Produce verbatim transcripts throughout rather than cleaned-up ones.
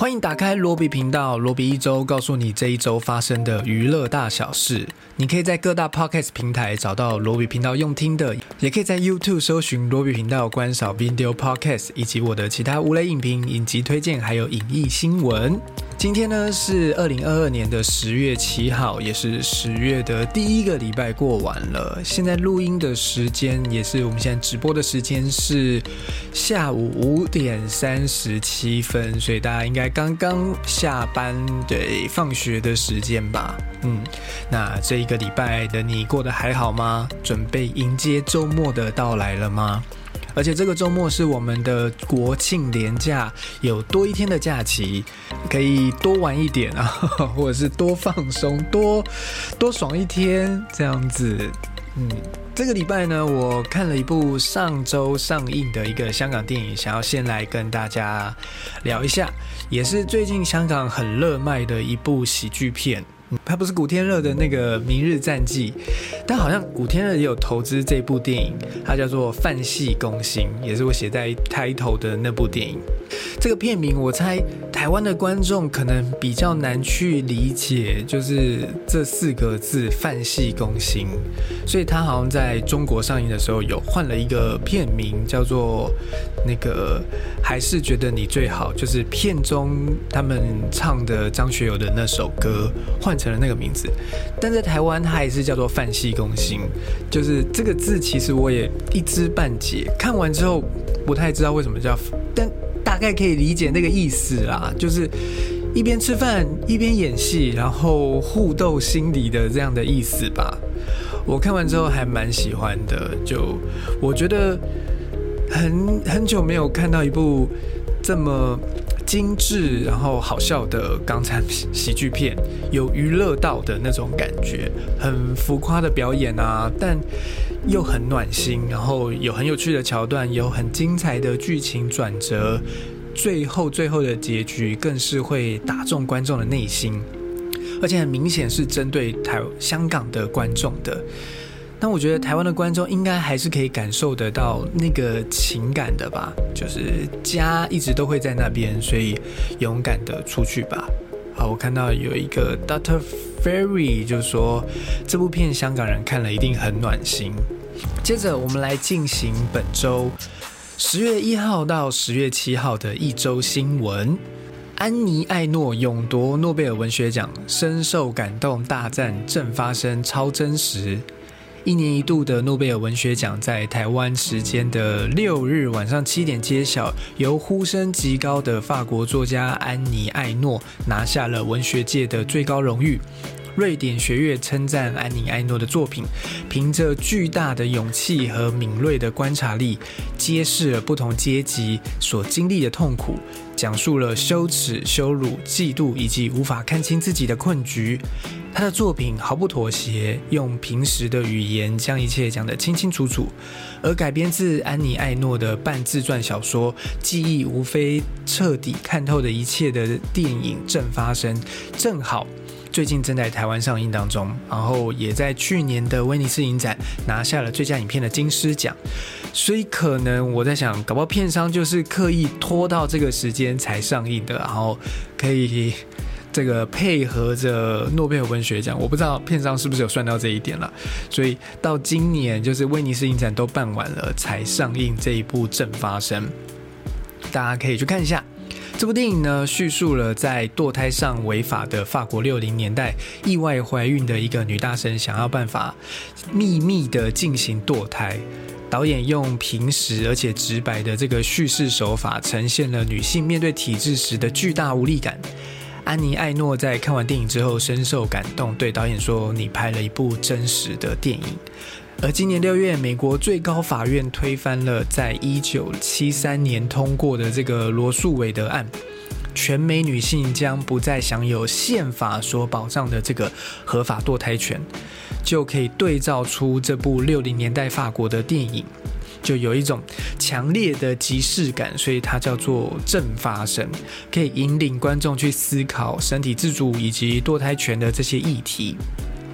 欢迎打开罗比频道，罗比一周告诉你这一周发生的娱乐大小事。你可以在各大 podcast 平台找到罗比频道用听的，也可以在 YouTube 搜寻罗比频道观赏 Video Podcast 以及我的其他无雷影评、影集推荐还有影艺新闻。今天呢是二零二二年的十月七号，也是十月的第一个礼拜过完了。现在录音的时间也是我们现在直播的时间是下午五点三十七分，所以大家应该刚刚下班，对，放学的时间吧。嗯，那这一个礼拜的你过得还好吗？准备迎接周末的到来了吗？而且这个周末是我们的国庆连假，有多一天的假期，可以多玩一点啊，或者是多放松，多多爽一天这样子。嗯，这个礼拜呢，我看了一部上周上映的一个香港电影，想要先来跟大家聊一下，也是最近香港很热卖的一部喜剧片。它不是古天乐的那个《明日战记》，但好像古天乐也有投资这部电影，它叫做《范戏攻心》，也是我写在开头的那部电影。这个片名我猜台湾的观众可能比较难去理解，就是这四个字“范戏攻心”，所以它好像在中国上映的时候有换了一个片名，叫做那个还是觉得你最好，就是片中他们唱的张学友的那首歌换成了那个名字，但在台湾它还是叫做范戏攻心，就是这个字其实我也一知半解，看完之后不太知道为什么叫，但大概可以理解那个意思啦，就是一边吃饭一边演戏，然后互斗心理的这样的意思吧。我看完之后还蛮喜欢的，就我觉得很很久没有看到一部这么精致然后好笑的港产喜剧片，有娱乐到的那种感觉，很浮夸的表演啊，但又很暖心，然后有很有趣的桥段，有很精彩的剧情转折，最后最后的结局更是会打中观众的内心，而且很明显是针对台香港的观众的。但我觉得台湾的观众应该还是可以感受得到那个情感的吧，就是家一直都会在那边，所以勇敢的出去吧。好，我看到有一个 Doctor Ferry 就说这部片香港人看了一定很暖心。接着我们来进行本周十月一号到十月七号的一周新闻。安妮艾诺勇夺诺贝尔文学奖，深受感动大赞正发生超真实。一年一度的诺贝尔文学奖在台湾时间的六日晚上七点揭晓，由呼声极高的法国作家安妮艾诺拿下了文学界的最高荣誉。瑞典学院称赞安妮艾诺的作品凭着巨大的勇气和敏锐的观察力，揭示了不同阶级所经历的痛苦，讲述了羞耻、羞辱、嫉妒以及无法看清自己的困局。他的作品毫不妥协，用平实的语言将一切讲得清清楚楚。而改编自安妮艾诺的半自传小说《记忆无非彻底看透的一切》的电影正发生，正好最近正在台湾上映当中，然后也在去年的威尼斯影展拿下了最佳影片的金狮奖。所以可能我在想，搞不好片商就是刻意拖到这个时间才上映的，然后可以这个配合着诺贝尔文学奖，我不知道片商是不是有算到这一点了，所以到今年就是威尼斯影展都办完了才上映这一部正发生，大家可以去看一下。这部电影呢，叙述了在堕胎上违法的法国六零年代，意外怀孕的一个女大生想要办法秘密的进行堕胎。导演用平实而且直白的这个叙事手法，呈现了女性面对体制时的巨大无力感。安妮艾诺在看完电影之后深受感动，对导演说：“你拍了一部真实的电影。”而今年六月，美国最高法院推翻了在一九七三年通过的这个罗素韦德案，全美女性将不再享有宪法所保障的这个合法堕胎权，就可以对照出这部六零年代法国的电影，就有一种强烈的即视感，所以它叫做正发生，可以引领观众去思考身体自主以及堕胎权的这些议题。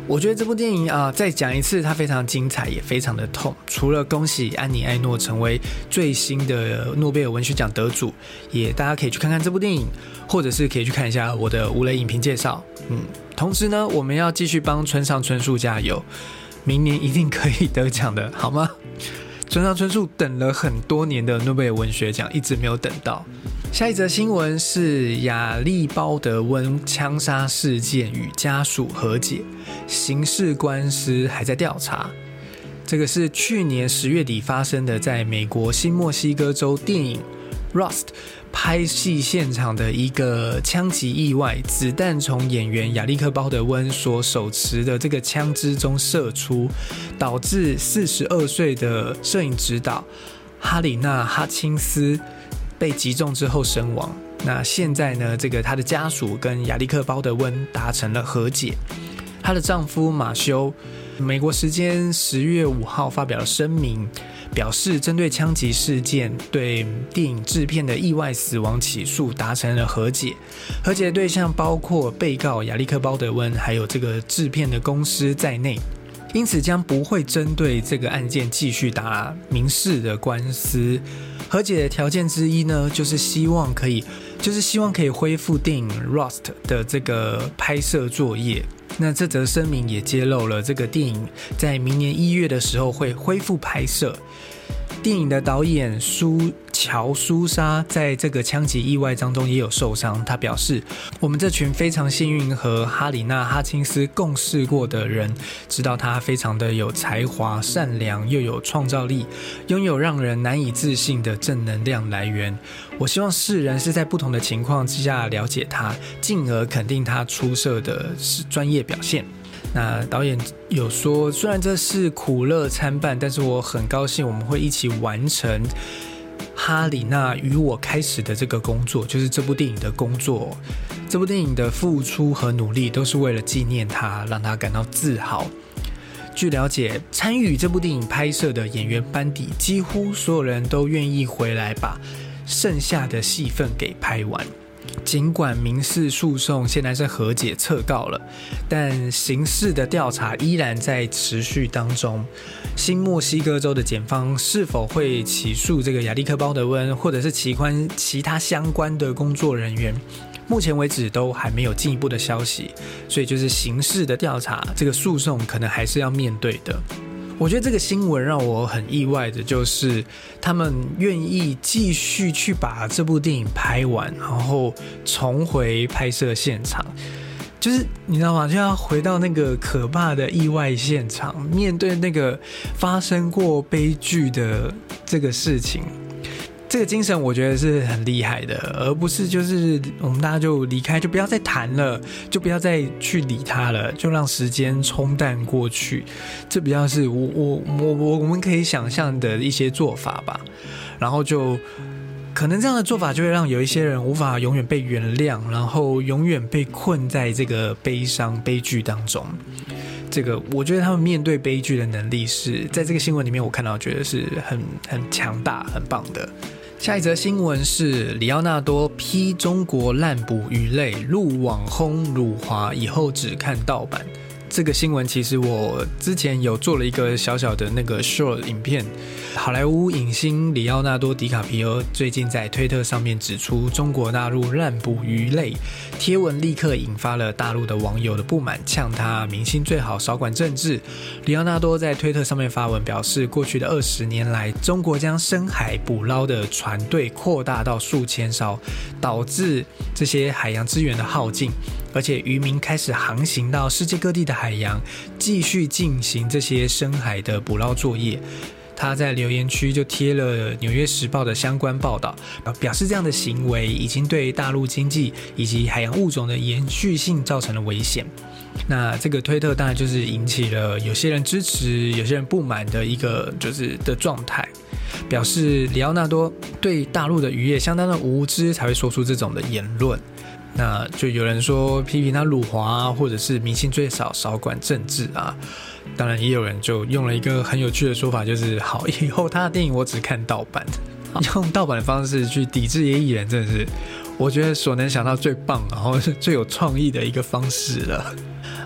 我觉得这部电影啊、呃，再讲一次，它非常精彩，也非常的痛。除了恭喜安妮·艾诺成为最新的诺贝尔文学奖得主，也大家可以去看看这部电影，或者是可以去看一下我的无雷影评介绍。嗯，同时呢，我们要继续帮村上春树加油，明年一定可以得奖的，好吗？村上春树等了很多年的诺贝尔文学奖，一直没有等到。下一则新闻是亚历鲍德温枪杀事件与家属和解，刑事官司还在调查。这个是去年十月底发生的，在美国新墨西哥州电影 Rust 拍戏现场的一个枪击意外，子弹从演员亚历克鲍德温所手持的这个枪支中射出，导致四十二岁的摄影指导哈里纳哈钦斯被击中之后身亡。那现在呢，这个他的家属跟亚历克鲍德温达成了和解。她的丈夫马修，美国时间十月五号发表了声明，表示针对枪击事件对电影制片的意外死亡起诉达成了和解。和解的对象包括被告亚历克鲍德温，还有这个制片的公司在内。因此将不会针对这个案件继续打民事的官司。和解的条件之一呢，就是希望可以，就是希望可以恢复电影 Rust 的这个拍摄作业。那这则声明也揭露了这个电影在明年一月的时候会恢复拍摄。电影的导演苏乔苏莎在这个枪击意外当中也有受伤。他表示，我们这群非常幸运和哈里纳哈钦斯共事过的人，知道他非常的有才华、善良又有创造力，拥有让人难以置信的正能量来源。我希望世人是在不同的情况之下了解他，进而肯定他出色的专业表现。那导演有说，虽然这是苦乐参半，但是我很高兴我们会一起完成哈里纳与我开始的这个工作，就是这部电影的工作。这部电影的付出和努力都是为了纪念他，让他感到自豪。据了解，参与这部电影拍摄的演员班底几乎所有人都愿意回来把剩下的戏份给拍完。尽管民事诉讼现在是和解撤告了，但刑事的调查依然在持续当中。新墨西哥州的检方是否会起诉这个亚历克鲍德温，或者是其其他相关的工作人员，目前为止都还没有进一步的消息。所以就是刑事的调查，这个诉讼可能还是要面对的。我觉得这个新闻让我很意外的就是他们愿意继续去把这部电影拍完，然后重回拍摄现场。就是你知道吗，就要回到那个可怕的意外现场，面对那个发生过悲剧的这个事情。这个精神我觉得是很厉害的，而不是就是我们大家就离开，就不要再谈了，就不要再去理他了，就让时间冲淡过去。这比较是我我我我我们可以想象的一些做法吧。然后就可能这样的做法就会让有一些人无法永远被原谅，然后永远被困在这个悲伤悲剧当中。这个我觉得他们面对悲剧的能力是在这个新闻里面我看到觉得是很很强大很棒的。下一则新闻是里奥纳多批中国滥捕鱼类，入网轰辱华，以后只看盗版。这个新闻其实我之前有做了一个小小的那个 short 影片。好莱坞影星里奥纳多·迪卡皮欧最近在推特上面指出中国大陆滥捕鱼类，贴文立刻引发了大陆的网友的不满，呛他明星最好少管政治。里奥纳多在推特上面发文表示，过去的二十年来，中国将深海捕捞的船队扩大到数千艘，导致这些海洋资源的耗尽，而且渔民开始航行到世界各地的海洋，继续进行这些深海的捕捞作业。他在留言区就贴了《纽约时报》的相关报道，表示这样的行为已经对大陆经济以及海洋物种的延续性造成了危险。那这个推特当然就是引起了有些人支持、有些人不满的一个就是的状态，表示里奥纳多对大陆的渔业相当的无知，才会说出这种的言论。那就有人说批评他辱华啊，或者是明星最少少管政治啊。当然也有人就用了一个很有趣的说法，就是好，以后他的电影我只看盗版，用盗版的方式去抵制艺人，真的是我觉得所能想到最棒然后是最有创意的一个方式了。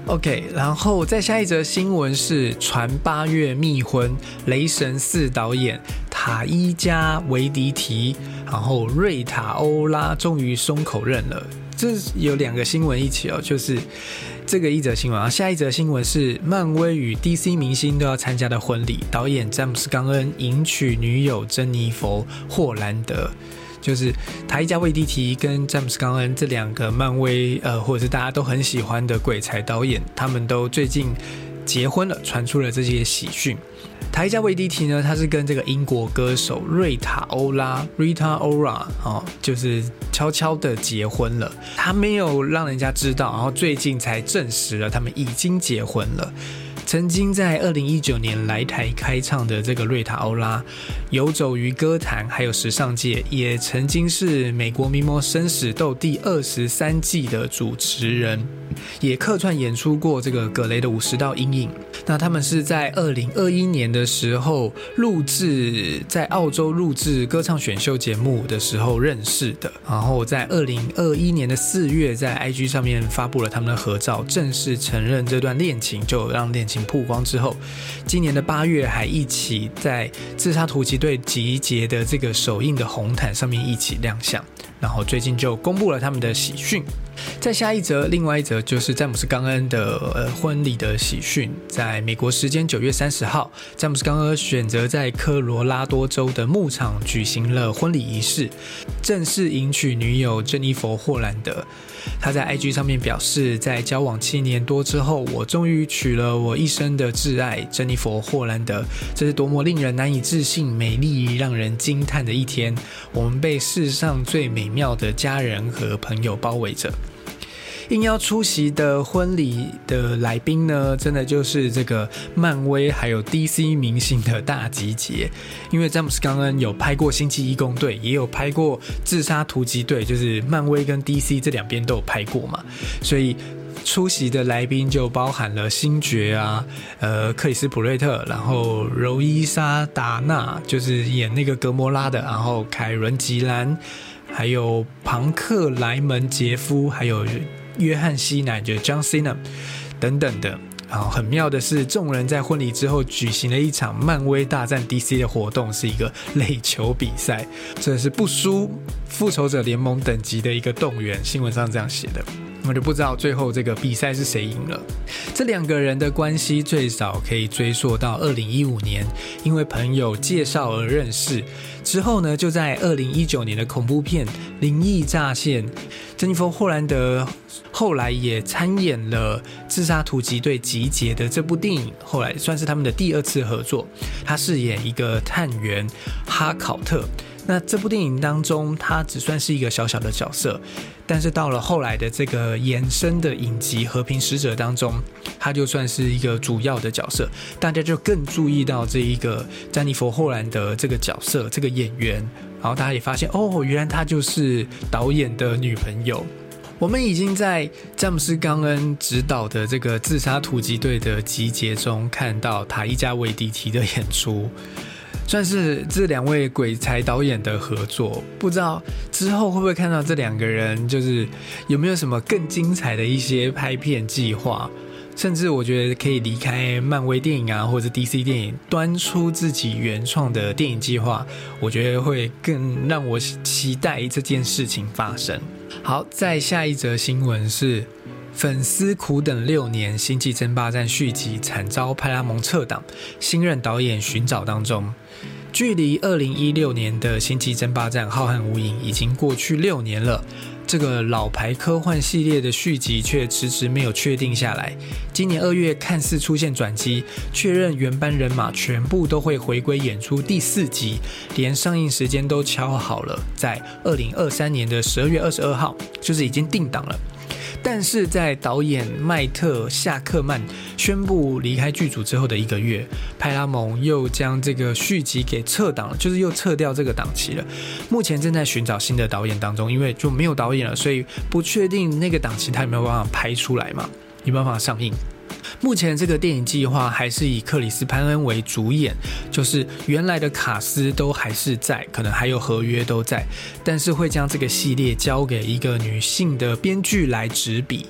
OK， 然后再下一则新闻是传八月密婚，雷神四导演塔伊加维迪提，然后瑞塔欧拉终于松口认了。这有两个新闻一起哦，就是这个一则新闻啊，下一则新闻是漫威与 D C 明星都要参加的婚礼，导演詹姆斯·冈恩迎娶女友珍妮佛·霍兰德。就是塔伊加维蒂提跟詹姆斯·冈恩这两个漫威呃，或者是大家都很喜欢的鬼才导演，他们都最近结婚了，传出了这些喜讯。塔伊加维蒂提呢，他是跟这个英国歌手瑞塔欧拉 Rita Ora、哦、就是悄悄的结婚了，他没有让人家知道，然后最近才证实了他们已经结婚了。曾经在二零一九年来台开唱的这个瑞塔欧拉，游走于歌坛还有时尚界，也曾经是美国名模生死斗第二十三季的主持人，也客串演出过这个葛雷的五十道阴影。那他们是在二零二一年的时候录制，在澳洲录制歌唱选秀节目的时候认识的，然后在二零二一年的四月在 I G 上面发布了他们的合照，正式承认这段恋情，就让恋情曝光之后，今年的八月还一起在自杀突击队集结的这个首映的红毯上面一起亮相，然后最近就公布了他们的喜讯。再下一则，另外一则就是詹姆斯·冈恩的、呃、婚礼的喜讯，在美国时间九月三十号，詹姆斯·冈恩选择在科罗拉多州的牧场举行了婚礼仪式，正式迎娶女友珍妮佛·霍兰德。他在 I G 上面表示，在交往七年多之后，我终于娶了我一生的挚爱珍妮佛·霍兰德，这是多么令人难以置信、美丽让人惊叹的一天。我们被世上最美妙的家人和朋友包围着。应邀出席的婚礼的来宾呢，真的就是这个漫威还有 D C 明星的大集结。因为詹姆斯·冈恩有拍过星际义工队，也有拍过自杀突击队，就是漫威跟 D C 这两边都有拍过嘛，所以出席的来宾就包含了星爵啊，呃，克里斯普瑞特，然后柔伊莎达纳就是演那个格摩拉的，然后凯伦吉兰，还有庞克莱门杰夫，还有约翰西南就是 John Cena 等等的。然后很妙的是，众人在婚礼之后举行了一场漫威大战 D C 的活动，是一个垒球比赛，这是不输复仇者联盟等级的一个动员，新闻上这样写的。我就不知道最后这个比赛是谁赢了。这两个人的关系最早可以追溯到二零一五年，因为朋友介绍而认识。之后呢，就在二零一九年的恐怖片《灵异乍现》，珍妮佛·霍兰德后来也参演了自杀突击队集结的这部电影，后来算是他们的第二次合作。他饰演一个探员哈考特。那这部电影当中，他只算是一个小小的角色，但是到了后来的这个延伸的影集《和平使者》当中，他就算是一个主要的角色，大家就更注意到这一个詹妮佛·霍兰德这个角色，这个演员，然后大家也发现，哦，原来他就是导演的女朋友。我们已经在詹姆斯·冈恩执导的这个自杀突击队的集结中看到塔伊加维迪提的演出，算是这两位鬼才导演的合作，不知道之后会不会看到这两个人，就是有没有什么更精彩的一些拍片计划，甚至我觉得可以离开漫威电影啊，或者 D C 电影，端出自己原创的电影计划，我觉得会更让我期待这件事情发生。好，再下一则新闻是粉丝苦等六年，星际争霸战续集惨遭派拉蒙撤档，新任导演寻找当中。距离二零一六年的星际争霸战浩瀚无垠已经过去六年了，这个老牌科幻系列的续集却迟迟没有确定下来。今年二月看似出现转机，确认原班人马全部都会回归演出第四集，连上映时间都敲好了，在二零二三年的十二月二十二号，就是已经定档了。但是在导演麦特·夏克曼宣布离开剧组之后的一个月，派拉蒙又将这个续集给撤档了，就是又撤掉这个档期了。目前正在寻找新的导演当中，因为就没有导演了，所以不确定那个档期他有没有办法拍出来嘛，有没有办法上映。目前这个电影计划还是以克里斯潘恩为主演，就是原来的卡司都还是在，可能还有合约都在，但是会将这个系列交给一个女性的编剧来执笔。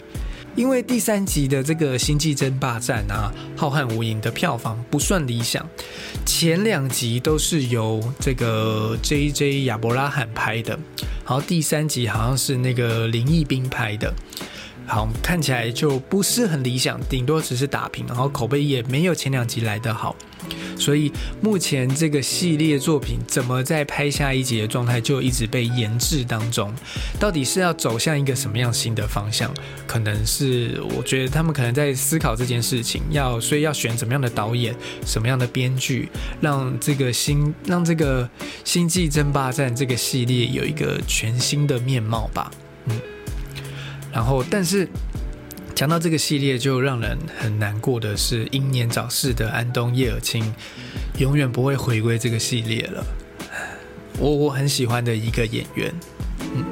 因为第三集的这个星际争霸战啊，浩瀚无垠的票房不算理想，前两集都是由这个 J J 亚伯拉罕拍的，然后第三集好像是那个林奕斌拍的，好，看起来就不是很理想，顶多只是打平，然后口碑也没有前两集来得好，所以目前这个系列作品怎么在拍下一集的状态就一直被研制当中，到底是要走向一个什么样新的方向，可能是我觉得他们可能在思考这件事情，要所以要选怎么样的导演，什么样的编剧，让这个新让这个星际争霸战这个系列有一个全新的面貌吧。嗯，然后但是讲到这个系列，就让人很难过的是，英年早逝的安东叶尔钦永远不会回归这个系列了。我我很喜欢的一个演员。嗯，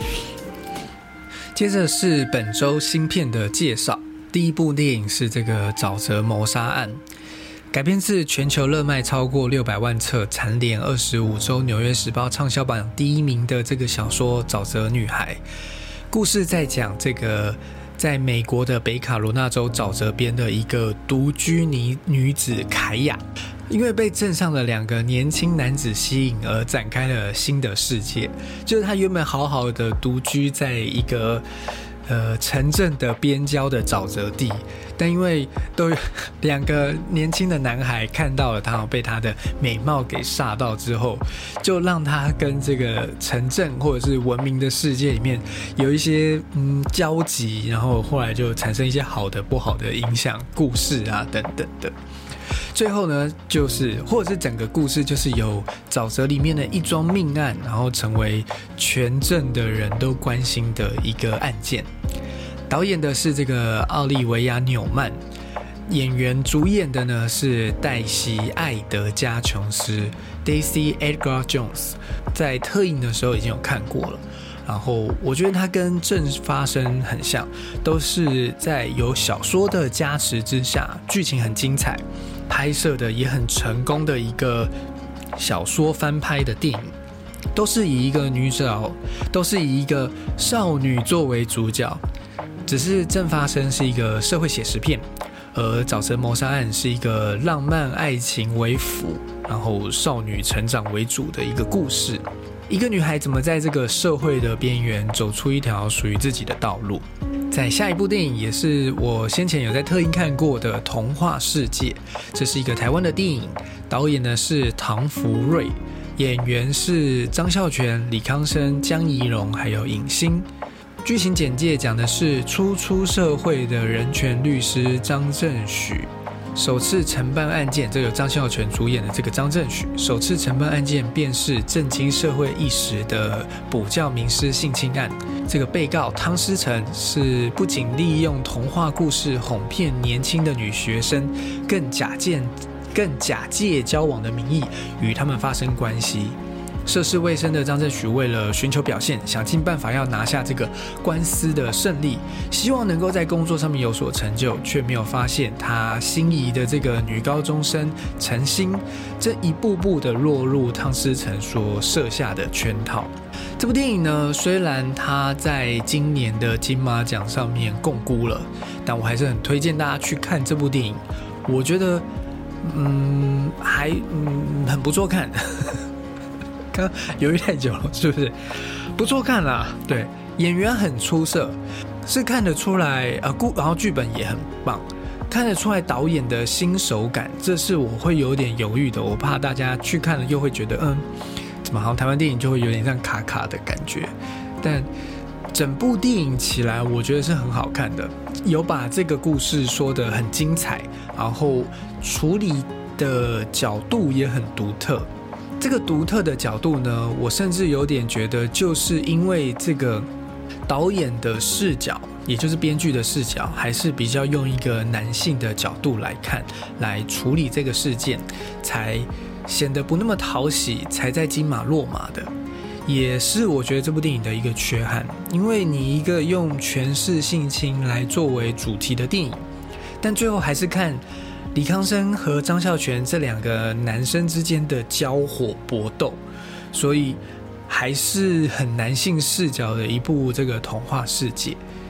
接着是本周新片的介绍，第一部电影是这个《沼泽谋杀案》，改编自全球热卖超过六百万册、蝉联二十五周纽约时报畅销榜第一名的这个小说《沼泽女孩》。故事在讲这个在美国的北卡罗纳州沼泽边的一个独居女女子凯雅，因为被镇上的两个年轻男子吸引而展开了新的世界。就是她原本好好的独居在一个呃城镇的边郊的沼泽地，但因为都两个年轻的男孩看到了她，被她的美貌给煞到之后，就让她跟这个城镇或者是文明的世界里面有一些嗯交集，然后后来就产生一些好的不好的影响故事啊等等的。最后呢，就是或者是整个故事就是由沼泽里面的一桩命案，然后成为全镇的人都关心的一个案件。导演的是这个奥利维亚纽曼，演员主演的呢是黛西艾德加琼斯 Daisy Edgar Jones， 在特映的时候已经有看过了。然后我觉得它跟正发生很像，都是在有小说的加持之下，剧情很精彩，拍摄的也很成功的一个小说翻拍的电影，都是以一个女角，都是以一个少女作为主角，只是正发生是一个社会写实片，而沼泽谋杀案是一个浪漫爱情为辅，然后少女成长为主的一个故事。一个女孩怎么在这个社会的边缘走出一条属于自己的道路。在下一部电影也是我先前有在特映看过的《童话世界》，这是一个台湾的电影，导演呢是唐福瑞，演员是张孝全、李康生、江宜蓉还有尹欣。剧情简介讲的是初出社会的人权律师张正许首次承办案件，这个张孝全主演的这个张正许首次承办案件便是震惊社会一时的补教名师性侵案。这个被告汤诗成是不仅利用童话故事哄骗年轻的女学生，更假借更假借交往的名义与他们发生关系。涉世未深的张正许为了寻求表现，想尽办法要拿下这个官司的胜利，希望能够在工作上面有所成就，却没有发现他心仪的这个女高中生陈欣，这一步步的落入汤诗成所设下的圈套。这部电影呢，虽然它在今年的金马奖上面共估了，但我还是很推荐大家去看这部电影。我觉得，嗯，还嗯很不错看。刚犹豫太久了，是不是？不错看啦，对，演员很出色，是看得出来，呃，然后剧本也很棒，看得出来导演的新手感，这是我会有点犹豫的，我怕大家去看了又会觉得，嗯，怎么好像台湾电影就会有点像卡卡的感觉，但整部电影起来，我觉得是很好看的，有把这个故事说得很精彩，然后处理的角度也很独特。这个独特的角度呢，我甚至有点觉得，就是因为这个导演的视角，也就是编剧的视角，还是比较用一个男性的角度来看，来处理这个事件，才显得不那么讨喜，才在金马落马的。也是我觉得这部电影的一个缺憾，因为你一个用权势性侵来作为主题的电影，但最后还是看李康生和张孝全这两个男生之间的交火搏斗，所以还是很男性视角的一部这个童话世界。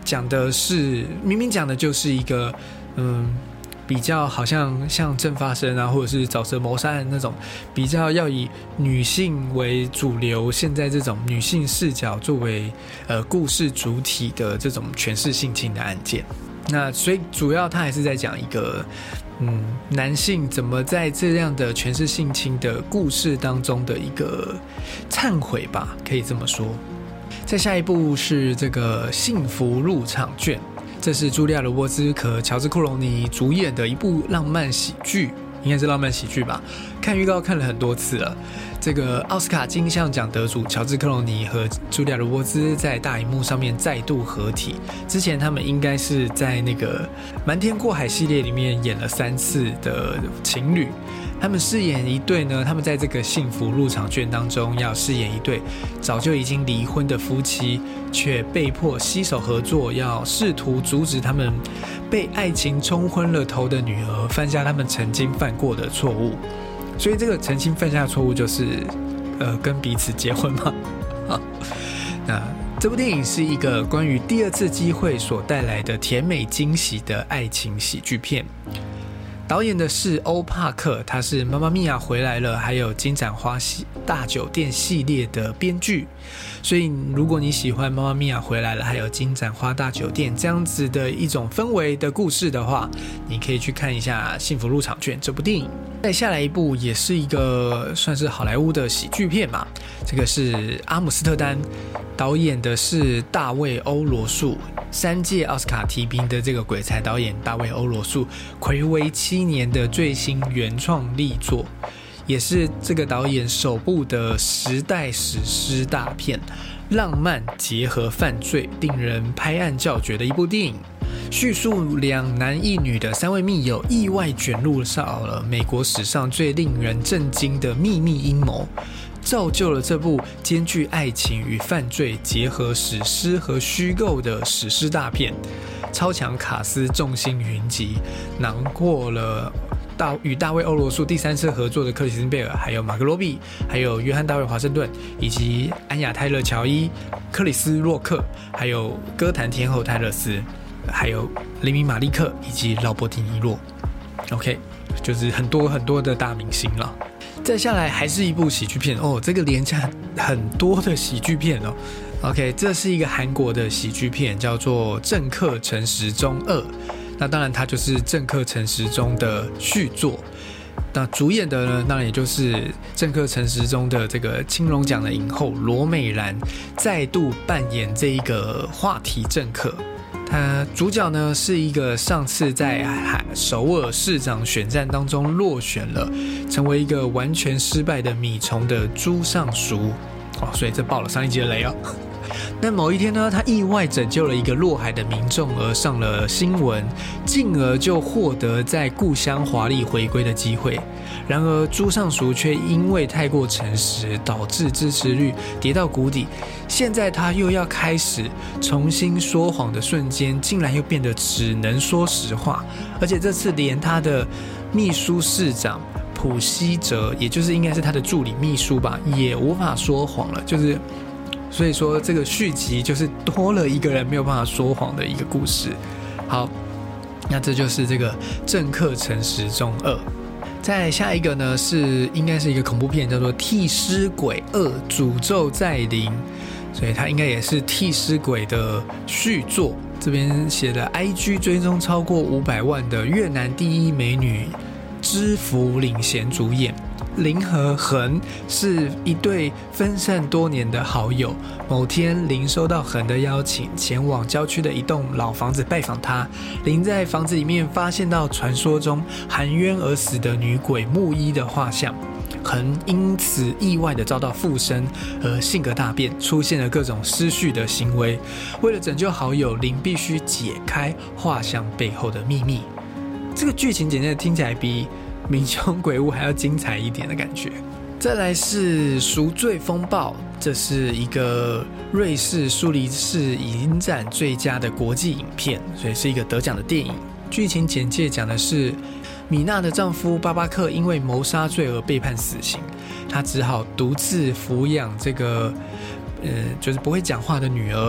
讲的是明明讲的就是一个嗯。比较好像像正发生啊，或者是沼泽谋杀案那种比较要以女性为主流，现在这种女性视角作为呃故事主体的这种权势性侵的案件。那所以主要他还是在讲一个嗯男性怎么在这样的权势性侵的故事当中的一个忏悔吧，可以这么说。再下一部是这个幸福入场券。这是茱莉亚·罗伯兹和乔治·库隆尼主演的一部浪漫喜剧，应该是浪漫喜剧吧？看预告看了很多次了。这个奥斯卡金像奖得主乔治·克隆尼和茱莉亚·罗伯兹在大荧幕上面再度合体。之前他们应该是在那个《瞒天过海》系列里面演了三次的情侣。他们饰演一对呢，他们在这个幸福入场券当中要饰演一对早就已经离婚的夫妻，却被迫携手合作，要试图阻止他们被爱情冲昏了头的女儿犯下他们曾经犯过的错误。所以这个曾经犯下的错误就是呃跟彼此结婚嘛。那这部电影是一个关于第二次机会所带来的甜美惊喜的爱情喜剧片。导演的是欧帕克，他是《妈妈咪呀回来了》还有《金盏花大酒店》系列的编剧，所以如果你喜欢《妈妈咪呀回来了》还有《金盏花大酒店》这样子的一种氛围的故事的话，你可以去看一下《幸福入场券》这部电影。再下来一部也是一个算是好莱坞的喜剧片嘛，这个是阿姆斯特丹，导演的是大卫·欧罗素，三届奥斯卡提名的这个鬼才导演大卫·欧罗素，睽违七年的最新原创力作，也是这个导演首部的时代史诗大片，浪漫结合犯罪，令人拍案叫绝的一部电影。叙述两男一女的三位密友意外卷入到了美国史上最令人震惊的秘密阴谋，造就了这部兼具爱情与犯罪结合史诗和虚构的史诗大片。超强卡司众星云集，囊括了大与大卫·欧罗素第三次合作的克里斯汀·贝尔，还有马格罗比，还有约翰·大卫·华盛顿，以及安雅·泰勒·乔伊、克里斯·洛克，还有歌坛天后泰勒斯，还有雷米·马利克以及劳勃·迪尼洛。OK， 就是很多很多的大明星了。再下来还是一部喜剧片哦，这个连假很多的喜剧片哦。OK， 这是一个韩国的喜剧片，叫做《政客陈时中二》。那当然，它就是《政客陈时中》的续作。那主演的呢，当然也就是《政客陈时中》的这个金龙奖的影后罗美兰，再度扮演这一个话题政客。他主角呢是一个上次在首尔市长选战当中落选了，成为一个完全失败的米虫的朱尚淑。哦，所以这爆了上一集的雷哦。但某一天呢，他意外拯救了一个落海的民众而上了新闻，进而就获得在故乡华丽回归的机会。然而朱尚淑却因为太过诚实，导致支持率跌到谷底。现在他又要开始重新说谎的瞬间，竟然又变得只能说实话，而且这次连他的秘书市长朴熙哲，也就是应该是他的助理秘书吧，也无法说谎了。就是所以说这个续集就是多了一个人没有办法说谎的一个故事。好，那这就是这个政客陈时中二。再下一个呢是应该是一个恐怖片，叫做替尸鬼二诅咒再临，所以它应该也是替尸鬼的续作。这边写的 I G 追踪超过五百万的越南第一美女知福领衔主演。林和恒是一对分散多年的好友，某天林收到恒的邀请，前往郊区的一栋老房子拜访他。林在房子里面发现到传说中含冤而死的女鬼木依的画像，恒因此意外的遭到附身，而性格大变，出现了各种失序的行为。为了拯救好友，林必须解开画像背后的秘密。这个剧情简介听起来比民凶鬼屋还要精彩一点的感觉。再来是赎罪风暴，这是一个瑞士苏黎世影展最佳的国际影片，所以是一个得奖的电影。剧情简介讲的是米娜的丈夫巴巴克因为谋杀罪而被判死刑，他只好独自抚养这个呃，就是不会讲话的女儿，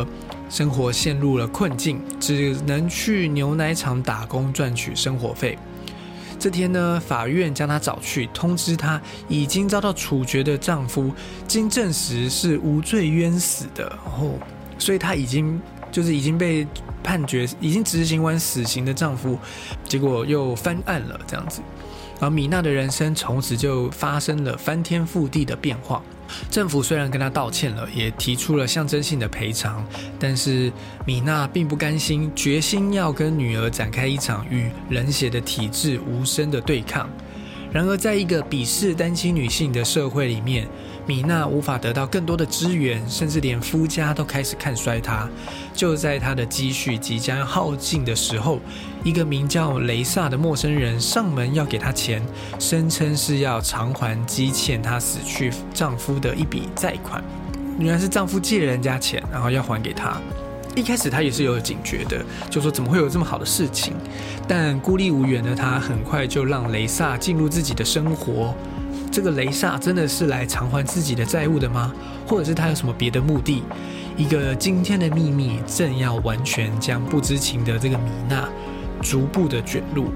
生活陷入了困境，只能去牛奶厂打工赚取生活费。这天呢，法院将她找去，通知她已经遭到处决的丈夫经证实是无罪冤死的，哦，所以她已经就是已经被判决，已经执行完死刑的丈夫，结果又翻案了这样子。而米娜的人生从此就发生了翻天覆地的变化。政府虽然跟她道歉了，也提出了象征性的赔偿，但是米娜并不甘心，决心要跟女儿展开一场与冷血的体制无声的对抗。然而在一个鄙视单亲女性的社会里面，米娜无法得到更多的支援，甚至连夫家都开始看衰她。就在她的积蓄即将耗尽的时候，一个名叫雷萨的陌生人上门要给她钱，声称是要偿还积欠她死去丈夫的一笔债款。原来是丈夫借人家钱，然后要还给她。一开始她也是有警觉的，就说怎么会有这么好的事情，但孤立无援的她很快就让雷萨进入自己的生活。这个雷萨真的是来偿还自己的债务的吗？或者是他有什么别的目的？一个惊天的秘密正要完全将不知情的这个米娜逐步的卷入。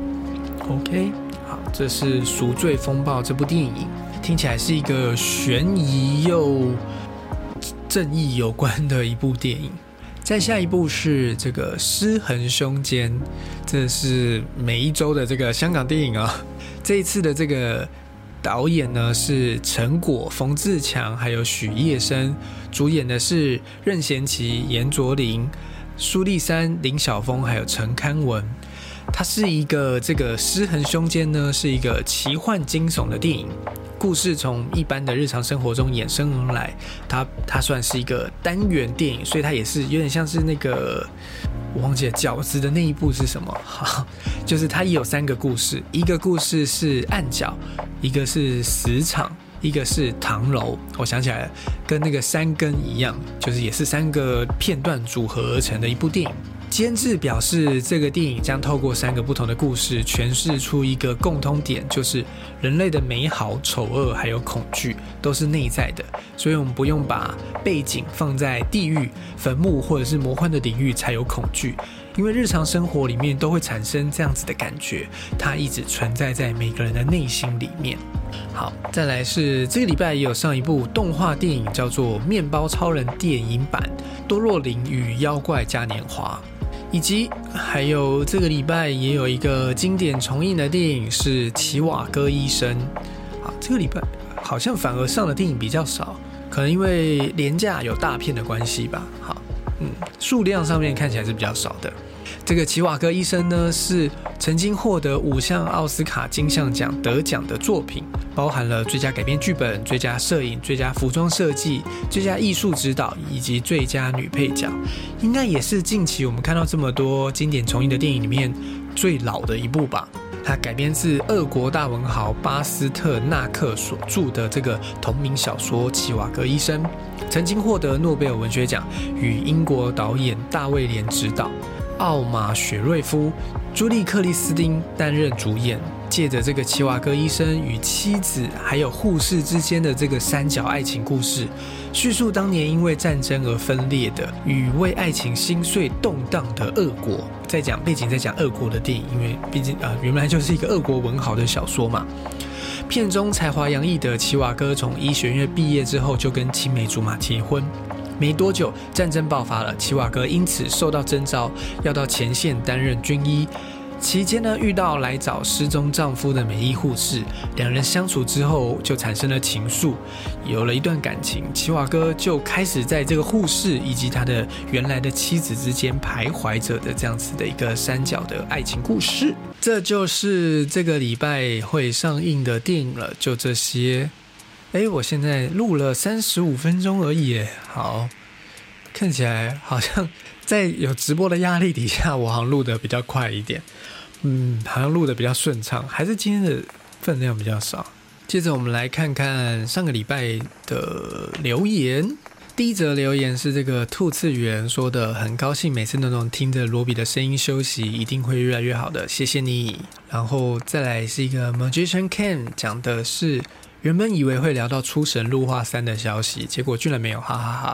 OK， 好，这是《赎罪风暴》这部电影，听起来是一个悬疑又正义有关的一部电影。再下一部是这个《失衡凶间》，这是每一周的这个香港电影啊。这一次的这个导演呢是陈果、冯志强还有许业生，主演的是任贤齐、严卓林、苏丽珊、林晓峰还有陈堪文。它是一个这个失衡凶间呢是一个奇幻惊悚的电影，故事从一般的日常生活中衍生而来，它它算是一个单元电影，所以它也是有点像是那个我忘记了饺子的那一部是什么，好，就是它也有三个故事，一个故事是暗角，一个是死场，一个是唐楼。我想起来了，跟那个三更一样，就是也是三个片段组合而成的一部电影。监制表示，这个电影将透过三个不同的故事诠释出一个共通点，就是人类的美好、丑恶还有恐惧都是内在的，所以我们不用把背景放在地狱、坟墓或者是魔幻的领域才有恐惧，因为日常生活里面都会产生这样子的感觉，它一直存在在每个人的内心里面。好，再来是这个礼拜也有上一部动画电影，叫做《面包超人》电影版《多洛琳与妖怪嘉年华》。以及还有这个礼拜也有一个经典重映的电影是《奇瓦戈医生》。好，这个礼拜好像反而上的电影比较少，可能因为连假有大片的关系吧。好，嗯，数量上面看起来是比较少的。这个奇瓦戈医生呢，是曾经获得五项奥斯卡金像奖得奖的作品，包含了最佳改编剧本、最佳摄影、最佳服装设计、最佳艺术指导以及最佳女配角。应该也是近期我们看到这么多经典重映的电影里面最老的一部吧。它改编自俄国大文豪巴斯特纳克所著的这个同名小说《奇瓦戈医生》，曾经获得诺贝尔文学奖，与英国导演大卫连执导，奥马雪瑞夫、朱莉克利斯汀担任主演，借着这个奇瓦戈医生与妻子还有护士之间的这个三角爱情故事，叙述当年因为战争而分裂的与为爱情心碎动荡的俄国。在讲背景在讲俄国的电影，因为毕竟呃原来就是一个俄国文豪的小说嘛。片中才华洋溢的奇瓦戈从医学院毕业之后就跟青梅竹马结婚。没多久，战争爆发了，奇瓦戈因此受到征召，要到前线担任军医。期间呢，遇到来找失踪丈夫的美医护士，两人相处之后就产生了情愫，有了一段感情。奇瓦戈就开始在这个护士以及他的原来的妻子之间徘徊着的这样子的一个三角的爱情故事。这就是这个礼拜会上映的电影了，就这些。哎，我现在录了三十五分钟而已，好，看起来好像在有直播的压力底下，我好像录的比较快一点，嗯，好像录的比较顺畅，还是今天的分量比较少。接着我们来看看上个礼拜的留言。第一则留言是这个兔次元说的，很高兴每次都能听着罗比的声音休息，一定会越来越好的，谢谢你。然后再来是一个 Magician Ken 讲的是，原本以为会聊到出神入化三的消息，结果居然没有，哈哈哈哈！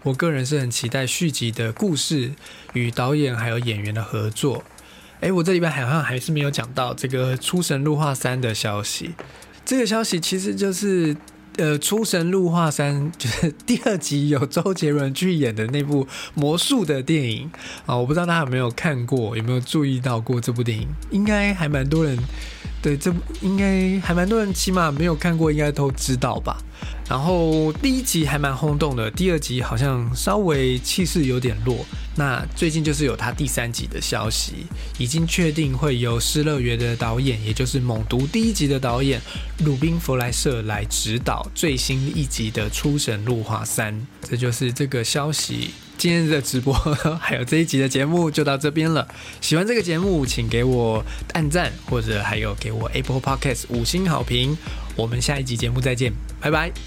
我个人是很期待续集的故事与导演还有演员的合作。诶，我这礼拜好像还是没有讲到这个《出神入化三》的消息。这个消息其实就是呃，《出神入化三》就是第二集有周杰伦去演的那部魔术的电影啊，我不知道大家有没有看过，有没有注意到过这部电影？应该还蛮多人对这部，应该还蛮多人，起码没有看过，应该都知道吧。然后第一集还蛮轰动的，第二集好像稍微气势有点弱。那最近就是有他第三集的消息，已经确定会由《失乐园》的导演，也就是《猛毒》第一集的导演鲁宾·弗莱瑟来指导最新一集的《出神入化三》。这就是这个消息。今天的直播还有这一集的节目就到这边了。喜欢这个节目，请给我按赞，或者还有给我 Apple Podcast 五星好评。我们下一集节目再见，拜拜。